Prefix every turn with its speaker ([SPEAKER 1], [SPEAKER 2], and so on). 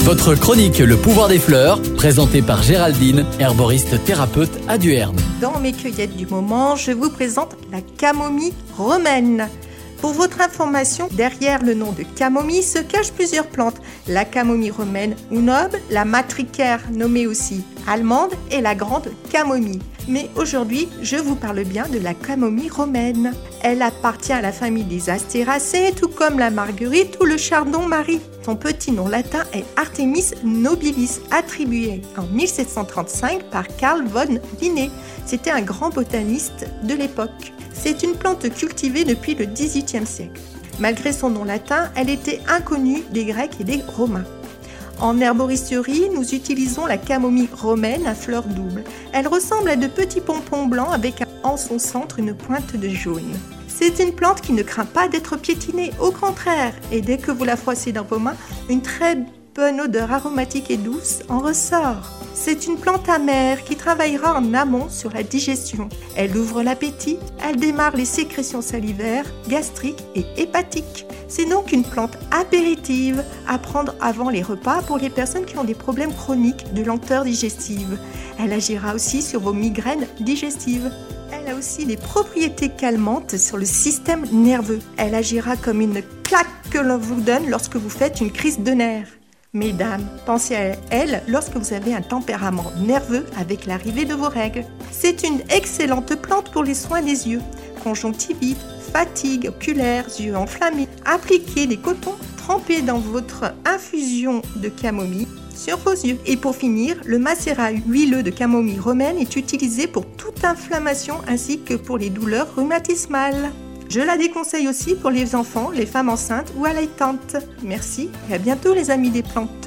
[SPEAKER 1] Votre chronique Le pouvoir des fleurs, présentée par Géraldine, herboriste thérapeute à Duerne.
[SPEAKER 2] Dans mes cueillettes du moment, je vous présente la camomille romaine. Pour votre information, derrière le nom de camomille se cachent plusieurs plantes. La camomille romaine ou noble, la matricaire nommée aussi allemande et la grande camomille. Mais aujourd'hui, je vous parle bien de la camomille romaine. Elle appartient à la famille des Astéracées, tout comme la marguerite ou le chardon-marie. Son petit nom latin est Artemis nobilis, attribué en 1735 par Carl von Linné. C'était un grand botaniste de l'époque. C'est une plante cultivée depuis le XVIIIe siècle. Malgré son nom latin, elle était inconnue des Grecs et des Romains. En herboristerie, nous utilisons la camomille romaine à fleurs doubles. Elle ressemble à de petits pompons blancs avec en son centre une pointe de jaune. C'est une plante qui ne craint pas d'être piétinée, au contraire. Et dès que vous la froissez dans vos mains, une très bonne odeur aromatique et douce en ressort. C'est une plante amère qui travaillera en amont sur la digestion. Elle ouvre l'appétit, elle démarre les sécrétions salivaires, gastriques et hépatiques. C'est donc une plante apéritive à prendre avant les repas pour les personnes qui ont des problèmes chroniques de lenteur digestive. Elle agira aussi sur vos migraines digestives. Elle a aussi des propriétés calmantes sur le système nerveux. Elle agira comme une claque que l'on vous donne lorsque vous faites une crise de nerfs. Mesdames, pensez à elle lorsque vous avez un tempérament nerveux avec l'arrivée de vos règles. C'est une excellente plante pour les soins des yeux, conjonctivite, fatigue oculaire, yeux enflammés. Appliquez des cotons trempés dans votre infusion de camomille sur vos yeux. Et pour finir, le macérat huileux de camomille romaine est utilisé pour toute inflammation ainsi que pour les douleurs rhumatismales. Je la déconseille aussi pour les enfants, les femmes enceintes ou allaitantes. Merci et à bientôt les amis des plantes.